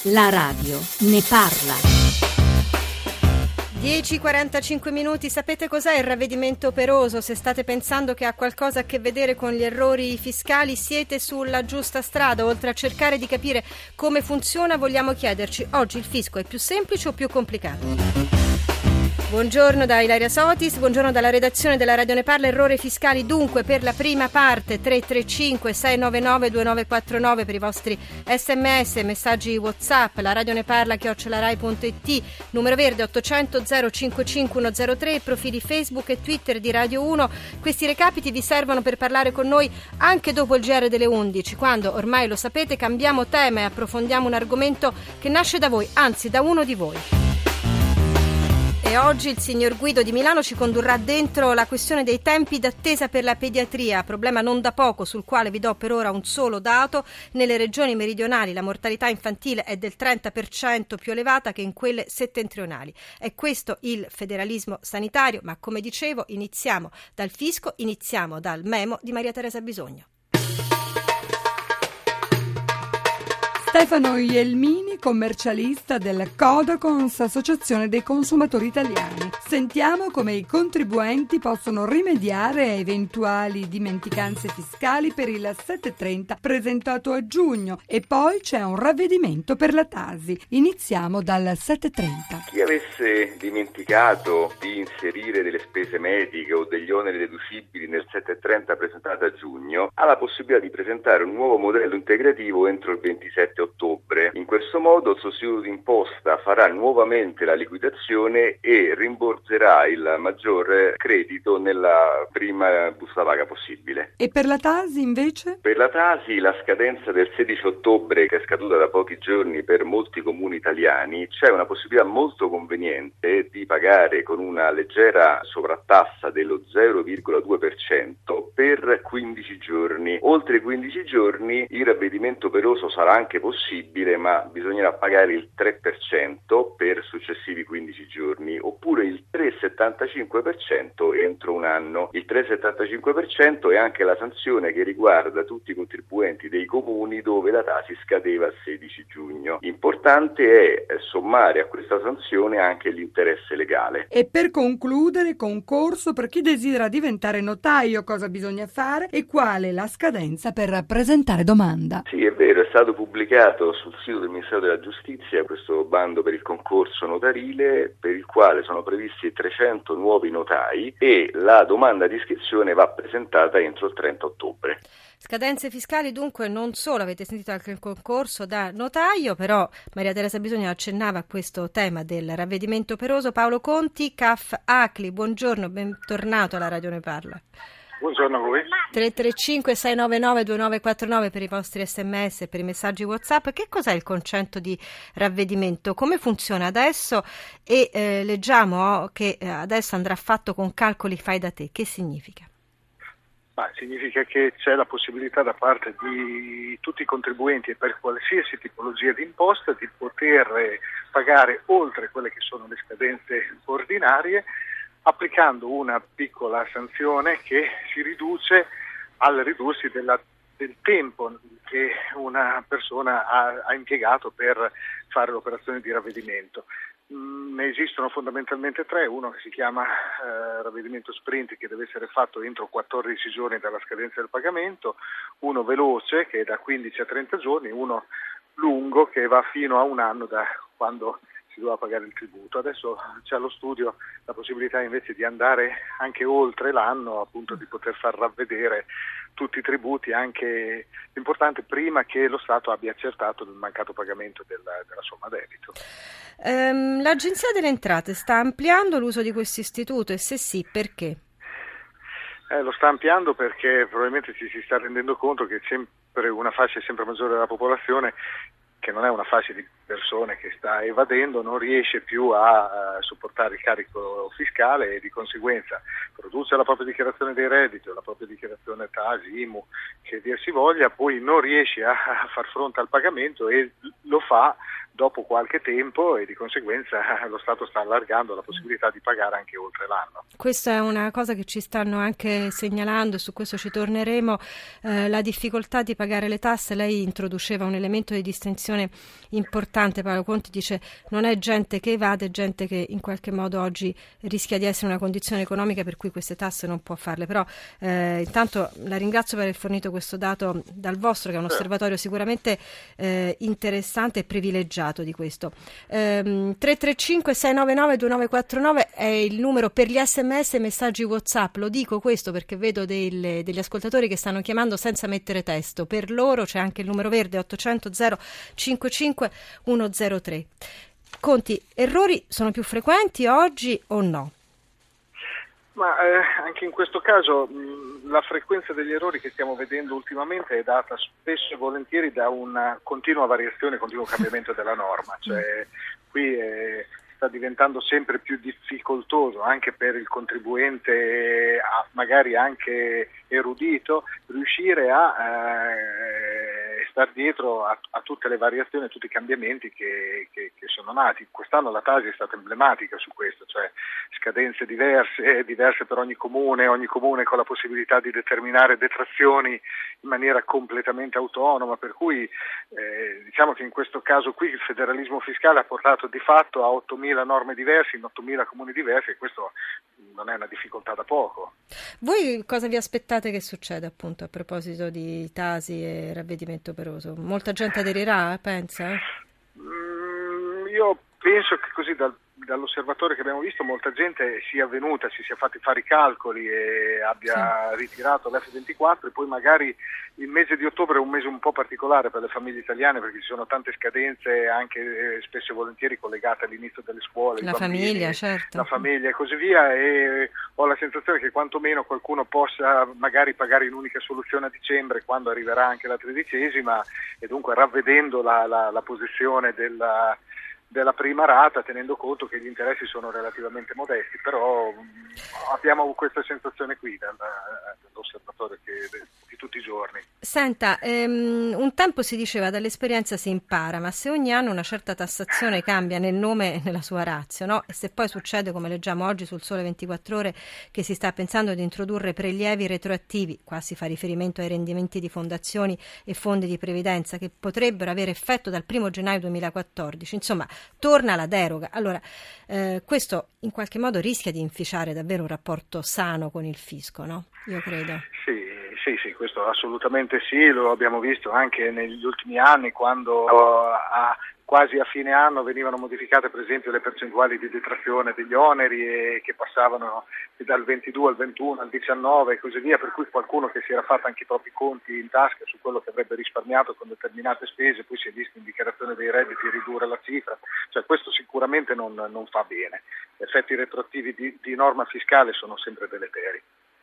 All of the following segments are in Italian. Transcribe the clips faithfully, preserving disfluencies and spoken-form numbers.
La radio ne parla. dieci e quarantacinque minuti. Sapete cos'è il ravvedimento operoso? Se state pensando che ha qualcosa a che vedere con gli errori fiscali, siete sulla giusta strada. Oltre a cercare di capire come funziona, vogliamo chiederci: oggi il fisco è più semplice o più complicato? Buongiorno da Ilaria Sotis, buongiorno dalla redazione della Radio Ne Parla. Errori fiscali dunque per la prima parte, tre tre cinque sei nove nove due nove quattro nove per i vostri sms, messaggi WhatsApp, la Radio Ne Parla chiocciola rai punto it, numero verde ottocento zero cinque cinque uno zero tre, profili Facebook e Twitter di Radio uno. Questi recapiti vi servono per parlare con noi anche dopo il G R delle undici, quando, ormai lo sapete, cambiamo tema e approfondiamo un argomento che nasce da voi, anzi da uno di voi. E oggi il signor Guido di Milano ci condurrà dentro la questione dei tempi d'attesa per la pediatria, problema non da poco sul quale vi do per ora un solo dato. Nelle regioni meridionali la mortalità infantile è del trenta per cento più elevata che in quelle settentrionali. È questo il federalismo sanitario, ma come dicevo iniziamo dal fisco, iniziamo dal memo di Maria Teresa Bisogno. Stefano Ielmini, commercialista del Codacons, Associazione dei Consumatori Italiani. Sentiamo come i contribuenti possono rimediare a eventuali dimenticanze fiscali per il settecentotrenta presentato a giugno, e poi c'è un ravvedimento per la Tasi. Iniziamo dal settecentotrenta. Chi avesse dimenticato di inserire delle spese mediche o degli oneri deducibili nel settecentotrenta presentato a giugno ha la possibilità di presentare un nuovo modello integrativo entro il ventisette ottobre. In questo modo il sostituto d'imposta farà nuovamente la liquidazione e rimborserà il maggior credito nella prima busta paga possibile. E per la Tasi invece? Per la Tasi la scadenza del sedici ottobre, che è scaduta da pochi giorni per molti comuni italiani, c'è una possibilità molto conveniente di pagare con una leggera sovrattassa dello zero virgola due per cento per quindici giorni. Oltre i quindici giorni il ravvedimento operoso sarà anche possibile, ma bisognerà pagare il tre per cento per successivi quindici giorni, oppure il tre virgola settantacinque per cento entro un anno. Il tre virgola settantacinque per cento è anche la sanzione che riguarda tutti i contribuenti dei comuni dove la Tasi scadeva il sedici giugno. Importante è sommare a questa sanzione anche l'interesse legale. E per concludere, concorso per chi desidera diventare notaio, cosa bisogna fare e quale la scadenza per presentare domanda? Sì, è vero, è stato pubblicato sul sito del Ministero della Giustizia questo bando per il concorso notarile, per il quale sono previsti trecento nuovi notai, e la domanda di iscrizione va presentata entro il trenta ottobre. Scadenze fiscali dunque non solo, avete sentito anche il concorso da notaio, però Maria Teresa Bisogno accennava a questo tema del ravvedimento operoso. Paolo Conti, C A F A C L I, buongiorno, bentornato alla Radio Ne Parla. Buongiorno a voi. tre tre cinque sei nove nove due nove quattro nove per i vostri sms e per i messaggi WhatsApp. Che cos'è il concetto di ravvedimento? Come funziona adesso? E eh, leggiamo che adesso andrà fatto con calcoli fai da te. Che significa? Ma significa che c'è la possibilità da parte di tutti i contribuenti e per qualsiasi tipologia di imposta di poter pagare oltre quelle che sono le scadenze ordinarie, applicando una piccola sanzione che si riduce al ridursi della, del tempo che una persona ha, ha impiegato per fare l'operazione di ravvedimento. Mm, ne esistono fondamentalmente tre: uno che si chiama eh, ravvedimento sprint, che deve essere fatto entro quattordici giorni dalla scadenza del pagamento, uno veloce che è da quindici a trenta giorni, uno lungo che va fino a un anno da quando si doveva pagare il tributo. Adesso c'è allo studio la possibilità invece di andare anche oltre l'anno, appunto di poter far ravvedere tutti i tributi, anche l'importante prima che lo Stato abbia accertato il mancato pagamento della, della somma debito. Um, L'Agenzia delle Entrate sta ampliando l'uso di questo istituto, e se sì, perché? Eh, lo sta ampliando perché probabilmente ci si sta rendendo conto che sempre una fascia sempre maggiore della popolazione, che non è una fascia di persone che sta evadendo, non riesce più a, a sopportare il carico fiscale e di conseguenza produce la propria dichiarazione dei redditi o la propria dichiarazione Tasi, I M U, che dir si voglia, poi non riesce a, a far fronte al pagamento e lo fa dopo qualche tempo e di conseguenza lo Stato sta allargando la possibilità di pagare anche oltre l'anno. Questa è una cosa che ci stanno anche segnalando, su questo ci torneremo, eh, la difficoltà di pagare le tasse. Lei introduceva un elemento di distinzione importante, Paolo Conti dice non è gente che evade, è gente che in qualche modo oggi rischia di essere in una condizione economica per cui queste tasse non può farle. Però eh, intanto la ringrazio per aver fornito questo dato dal vostro, che è un osservatorio sicuramente eh, interessante e privilegiato di questo. ehm, tre tre cinque sei nove nove due nove quattro nove è il numero per gli sms e messaggi WhatsApp. Lo dico questo perché vedo delle, degli ascoltatori che stanno chiamando senza mettere testo. Per loro c'è anche il numero verde ottocento zero cinquantacinque centotre. Conti, errori sono più frequenti oggi o no? Ma eh, anche in questo caso mh, la frequenza degli errori che stiamo vedendo ultimamente è data spesso e volentieri da una continua variazione, continuo cambiamento della norma, cioè qui eh, sta diventando sempre più difficoltoso anche per il contribuente, a, magari anche erudito, riuscire a eh, star dietro a, a tutte le variazioni, a tutti i cambiamenti che, che, che sono nati. Quest'anno la Tasi è stata emblematica su questo, cioè scadenze diverse, diverse per ogni comune, ogni comune con la possibilità di determinare detrazioni in maniera completamente autonoma, per cui eh, diciamo che in questo caso qui il federalismo fiscale ha portato di fatto a ottomila norme diverse in ottomila comuni diversi, e questo non è una difficoltà da poco. Voi cosa vi aspettate che succeda appunto a proposito di Tasi e ravvedimento operoso? Molta gente aderirà, pensa? Mm, io penso che così dal dall'osservatorio che abbiamo visto molta gente sia venuta, si sia fatti fare i calcoli e abbia sì. ritirato l'F ventiquattro, e poi magari il mese di ottobre è un mese un po' particolare per le famiglie italiane perché ci sono tante scadenze anche eh, spesso e volentieri collegate all'inizio delle scuole, la bambini, famiglia, certo. la famiglia e così via, e ho la sensazione che quantomeno qualcuno possa magari pagare in unica soluzione a dicembre quando arriverà anche la tredicesima, e dunque ravvedendo la, la, la posizione della della prima rata, tenendo conto che gli interessi sono relativamente modesti, però mh, abbiamo questa sensazione qui dal, dall'osservatorio che, di tutti i giorni. Senta, ehm, un tempo si diceva dall'esperienza si impara, ma se ogni anno una certa tassazione cambia nel nome e nella sua ratio, no? E se poi succede, come leggiamo oggi sul Sole ventiquattro Ore, che si sta pensando di introdurre prelievi retroattivi, qua si fa riferimento ai rendimenti di fondazioni e fondi di previdenza che potrebbero avere effetto dal primo gennaio duemilaquattordici, insomma torna la deroga. Allora eh, questo in qualche modo rischia di inficiare davvero un rapporto sano con il fisco, no? Io credo. Sì, sì, sì, questo assolutamente sì, lo abbiamo visto anche negli ultimi anni quando a, quasi a fine anno venivano modificate per esempio le percentuali di detrazione degli oneri e che passavano dal ventidue al ventuno al diciannove e così via, per cui qualcuno che si era fatto anche i propri conti in tasca su quello che avrebbe risparmiato con determinate spese, poi si è visto in dichiarazione dei redditi ridurre la cifra, cioè questo sicuramente non, non fa bene. Gli effetti retroattivi di, di norma fiscale sono sempre deleteri.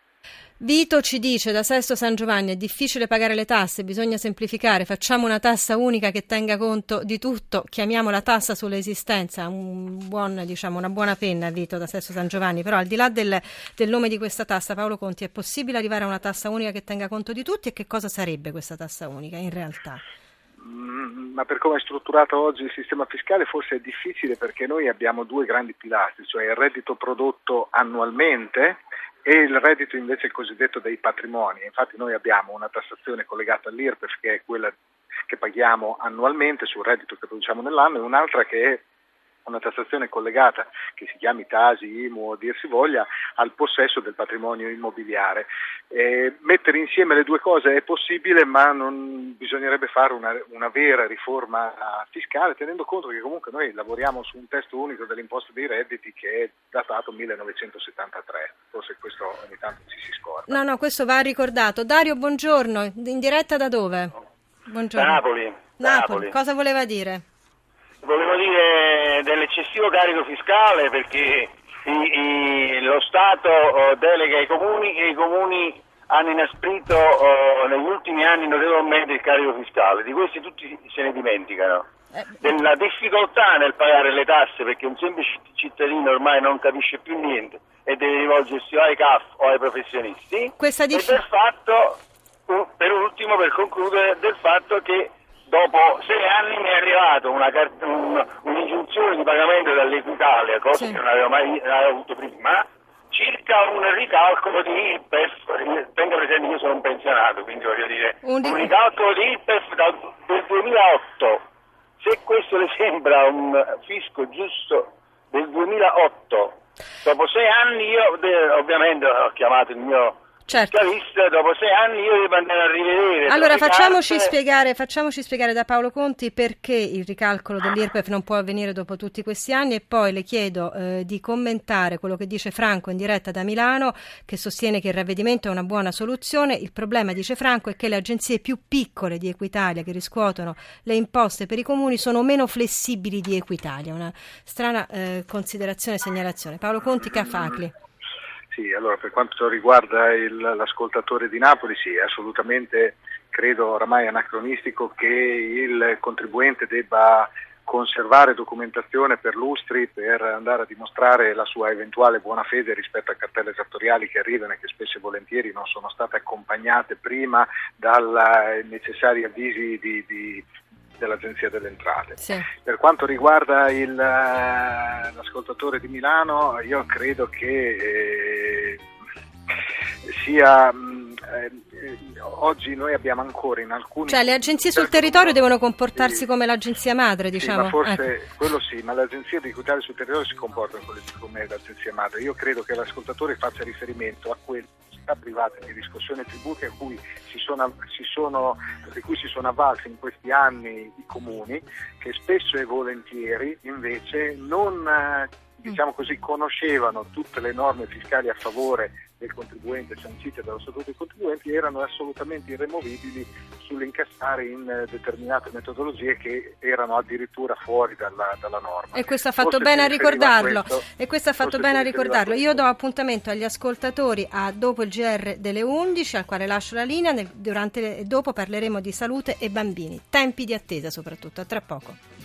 Vito ci dice da Sesto San Giovanni: è difficile pagare le tasse, bisogna semplificare, facciamo una tassa unica che tenga conto di tutto, chiamiamola tassa sull'esistenza. Un buon, diciamo, una buona penna, Vito da Sesto San Giovanni. Però al di là del, del nome di questa tassa, Paolo Conti, è possibile arrivare a una tassa unica che tenga conto di tutti, e che cosa sarebbe questa tassa unica in realtà? Mm, ma per come è strutturato oggi il sistema fiscale forse è difficile, perché noi abbiamo due grandi pilastri, cioè il reddito prodotto annualmente e il reddito invece cosiddetto dei patrimoni. Infatti noi abbiamo una tassazione collegata all'I R P E F, che è quella che paghiamo annualmente sul reddito che produciamo nell'anno, e un'altra che è una tassazione collegata, che si chiami Tasi, I M U o dir si voglia, al possesso del patrimonio immobiliare. Eh, mettere insieme le due cose è possibile, ma non bisognerebbe fare una, una vera riforma fiscale, tenendo conto che comunque noi lavoriamo su un testo unico dell'imposta dei redditi che è datato millenovecentosettantatré. Forse questo ogni tanto ci si scorda. No, no, questo va ricordato. Dario, buongiorno. In diretta da dove? Buongiorno. Napoli. Napoli. Napoli. Cosa voleva dire? Volevo dire dell'eccessivo carico fiscale, perché i, i, lo Stato oh, delega ai comuni e i comuni hanno inasprito oh, negli ultimi anni notevolmente il carico fiscale. Di questi tutti se ne dimenticano. Eh. Della difficoltà nel pagare le tasse, perché un semplice cittadino ormai non capisce più niente e deve rivolgersi o ai C A F o ai professionisti. Questa dif- e del fatto, per ultimo, per concludere, del fatto che dopo sei anni mi è arrivato una cart- un, un'ingiunzione di pagamento dall'Equitalia, cosa sì. che non avevo mai non avevo avuto prima, circa un ricalcolo di I R P E F. Tenga presente che io sono un pensionato, quindi voglio dire, un, un ricalcolo di I R P E F dal, del duemilaotto. Se questo le sembra un fisco giusto del duemilaotto, dopo sei anni io ovviamente ho chiamato il mio certo. fiscalista, dopo sei anni io devo andare a rivedere. Allora facciamoci carte. spiegare, facciamoci spiegare da Paolo Conti perché il ricalcolo dell'I R P E F non può avvenire dopo tutti questi anni, e poi le chiedo eh, di commentare quello che dice Franco in diretta da Milano, che sostiene che il ravvedimento è una buona soluzione. Il problema, dice Franco, è che le agenzie più piccole di Equitalia, che riscuotono le imposte per i comuni, sono meno flessibili di Equitalia. Una strana eh, considerazione e segnalazione. Paolo Conti, Cafacli. Sì, allora per quanto riguarda il, l'ascoltatore di Napoli, sì, è assolutamente, credo oramai anacronistico che il contribuente debba conservare documentazione per lustri per andare a dimostrare la sua eventuale buona fede rispetto a cartelle esattoriali che arrivano e che spesso e volentieri non sono state accompagnate prima dai necessari avvisi di, di dell'Agenzia delle Entrate. Sì. Per quanto riguarda il, uh, l'ascoltatore di Milano, io credo che eh, sia mh, eh, oggi noi abbiamo ancora in alcuni... Cioè le agenzie sul territorio devono comportarsi sì, come l'agenzia madre, diciamo. Sì, ma forse ecco. quello sì, ma le agenzie di Equitalia sul territorio si comportano come l'agenzia madre. Io credo che l'ascoltatore faccia riferimento a quelle private di riscossione tributi a cui si sono, si sono, di cui si sono avvalsi in questi anni i comuni, che spesso e volentieri invece non diciamo così, conoscevano tutte le norme fiscali a favore del contribuente sancite dallo Statuto dei contribuenti, erano assolutamente irremovibili sull'incassare in determinate metodologie che erano addirittura fuori dalla, dalla norma. E questo ha fatto bene a ricordarlo. Questo, e questo ha fatto bene a ricordarlo. Io do appuntamento agli ascoltatori a dopo il G R delle undici, al quale lascio la linea. Nel, durante, dopo parleremo di salute e bambini. Tempi di attesa soprattutto. A tra poco.